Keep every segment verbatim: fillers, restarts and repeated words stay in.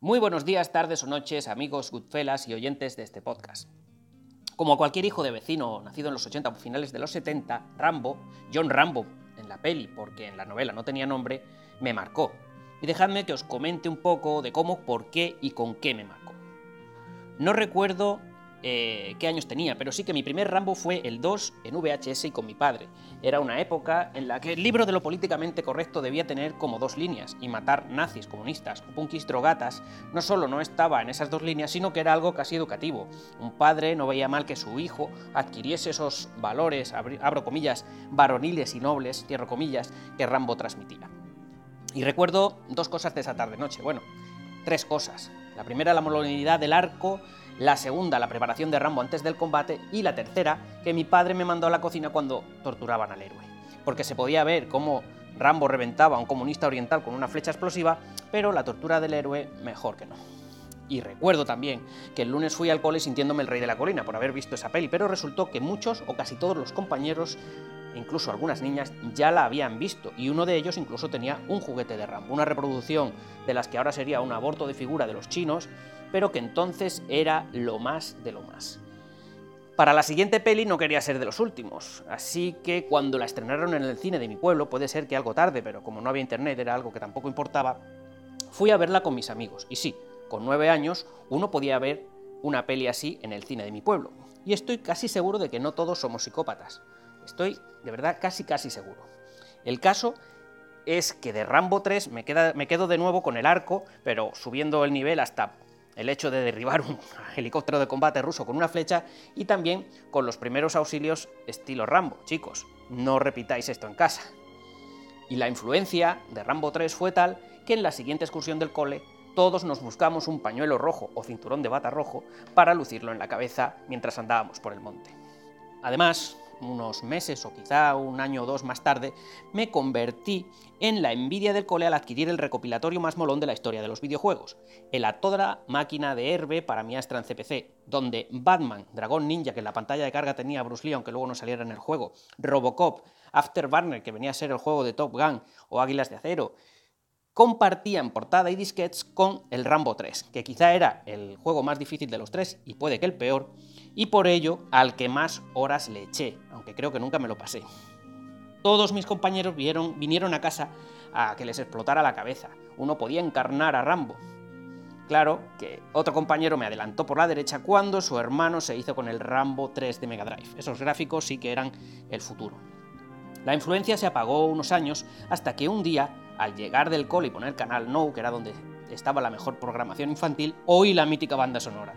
Muy buenos días, tardes o noches, amigos, goodfellas y oyentes de este podcast. Como cualquier hijo de vecino nacido en los ochenta o finales de los setenta, Rambo, John Rambo en la peli, porque en la novela no tenía nombre, me marcó. Y dejadme que os comente un poco de cómo, por qué y con qué me marcó. No recuerdo eh, qué años tenía, pero sí que mi primer Rambo fue el dos en V H S y con mi padre. Era una época en la que el libro de lo políticamente correcto debía tener como dos líneas, y matar nazis, comunistas o punkis drogatas no solo no estaba en esas dos líneas, sino que era algo casi educativo. Un padre no veía mal que su hijo adquiriese esos valores, abro comillas, varoniles y nobles, cierro comillas, que Rambo transmitía. Y recuerdo dos cosas de esa tarde-noche, bueno, tres cosas. La primera, la modalidad del arco, la segunda, la preparación de Rambo antes del combate, y la tercera, que mi padre me mandó a la cocina cuando torturaban al héroe. Porque se podía ver cómo Rambo reventaba a un comunista oriental con una flecha explosiva, pero la tortura del héroe mejor que no. Y recuerdo también que el lunes fui al cole sintiéndome el rey de la colina por haber visto esa peli, pero resultó que muchos o casi todos los compañeros, incluso algunas niñas, ya la habían visto, y uno de ellos incluso tenía un juguete de Rambo, una reproducción de las que ahora sería un aborto de figura de los chinos, pero que entonces era lo más de lo más. Para la siguiente peli no quería ser de los últimos, así que cuando la estrenaron en el cine de mi pueblo, puede ser que algo tarde, pero como no había internet era algo que tampoco importaba, fui a verla con mis amigos, y sí, con nueve años uno podía ver una peli así en el cine de mi pueblo, y estoy casi seguro de que no todos somos psicópatas. Estoy, de verdad, casi casi seguro. El caso es que de Rambo tres me, queda, me quedo de nuevo con el arco, pero subiendo el nivel hasta el hecho de derribar un helicóptero de combate ruso con una flecha, y también con los primeros auxilios estilo Rambo. Chicos, no repitáis esto en casa. Y la influencia de Rambo tres fue tal que en la siguiente excursión del cole todos nos buscamos un pañuelo rojo o cinturón de bata rojo para lucirlo en la cabeza mientras andábamos por el monte. Además, unos meses o quizá un año o dos más tarde, me convertí en la envidia del cole al adquirir el recopilatorio más molón de la historia de los videojuegos, el A Toda Máquina de Herbe para mi Astra en C P C, donde Batman, Dragón Ninja, que en la pantalla de carga tenía a Bruce Lee aunque luego no saliera en el juego, Robocop, Afterburner, que venía a ser el juego de Top Gun, o Águilas de Acero, compartían portada y disquetes con el Rambo tres, que quizá era el juego más difícil de los tres y puede que el peor, y por ello al que más horas le eché, aunque creo que nunca me lo pasé. Todos mis compañeros vieron, vinieron a casa a que les explotara la cabeza. Uno podía encarnar a Rambo. Claro que otro compañero me adelantó por la derecha cuando su hermano se hizo con el Rambo tres de Mega Drive. Esos gráficos sí que eran el futuro. La influencia se apagó unos años hasta que un día, al llegar del cole y poner Canal Nou, que era donde estaba la mejor programación infantil, oí la mítica banda sonora.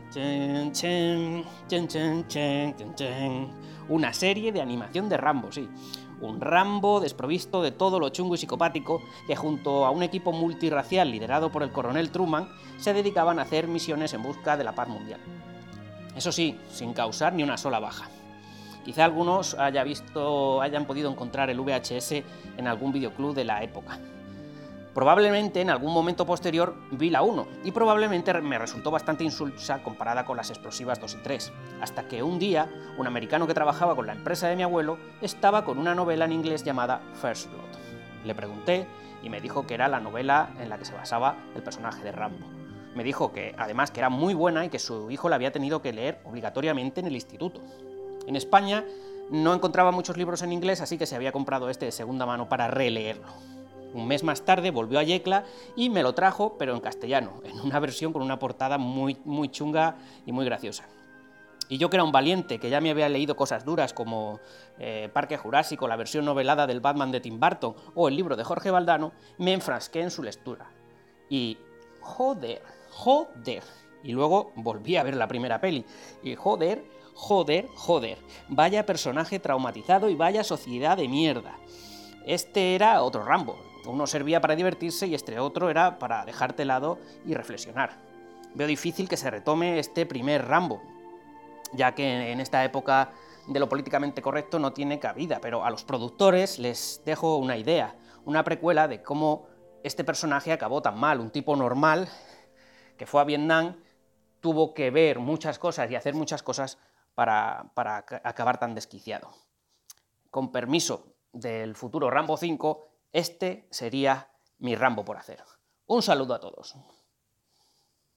Una serie de animación de Rambo, sí. Un Rambo desprovisto de todo lo chungo y psicopático que junto a un equipo multirracial liderado por el coronel Truman se dedicaban a hacer misiones en busca de la paz mundial. Eso sí, sin causar ni una sola baja. Quizá algunos haya visto, hayan podido encontrar el V H S en algún videoclub de la época. Probablemente en algún momento posterior vi la uno, y probablemente me resultó bastante insulsa comparada con las explosivas dos y tres, hasta que un día un americano que trabajaba con la empresa de mi abuelo estaba con una novela en inglés llamada First Blood. Le pregunté y me dijo que era la novela en la que se basaba el personaje de Rambo. Me dijo que además que era muy buena y que su hijo la había tenido que leer obligatoriamente en el instituto. En España no encontraba muchos libros en inglés, así que se había comprado este de segunda mano para releerlo. Un mes más tarde volvió a Yecla y me lo trajo, pero en castellano, en una versión con una portada muy, muy chunga y muy graciosa. Y yo, que era un valiente, que ya me había leído cosas duras como eh, Parque Jurásico, la versión novelada del Batman de Tim Burton o el libro de Jorge Valdano, me enfrasqué en su lectura. Y joder, joder. Y luego volví a ver la primera peli. Y joder, joder, joder. Vaya personaje traumatizado y vaya sociedad de mierda. Este era otro Rambo. Uno servía para divertirse y este otro era para dejarte helado y reflexionar. Veo difícil que se retome este primer Rambo, ya que en esta época de lo políticamente correcto no tiene cabida, pero a los productores les dejo una idea, una precuela de cómo este personaje acabó tan mal. Un tipo normal que fue a Vietnam tuvo que ver muchas cosas y hacer muchas cosas para, para acabar tan desquiciado. Con permiso del futuro Rambo cinco, este sería mi Rambo por hacer. Un saludo a todos.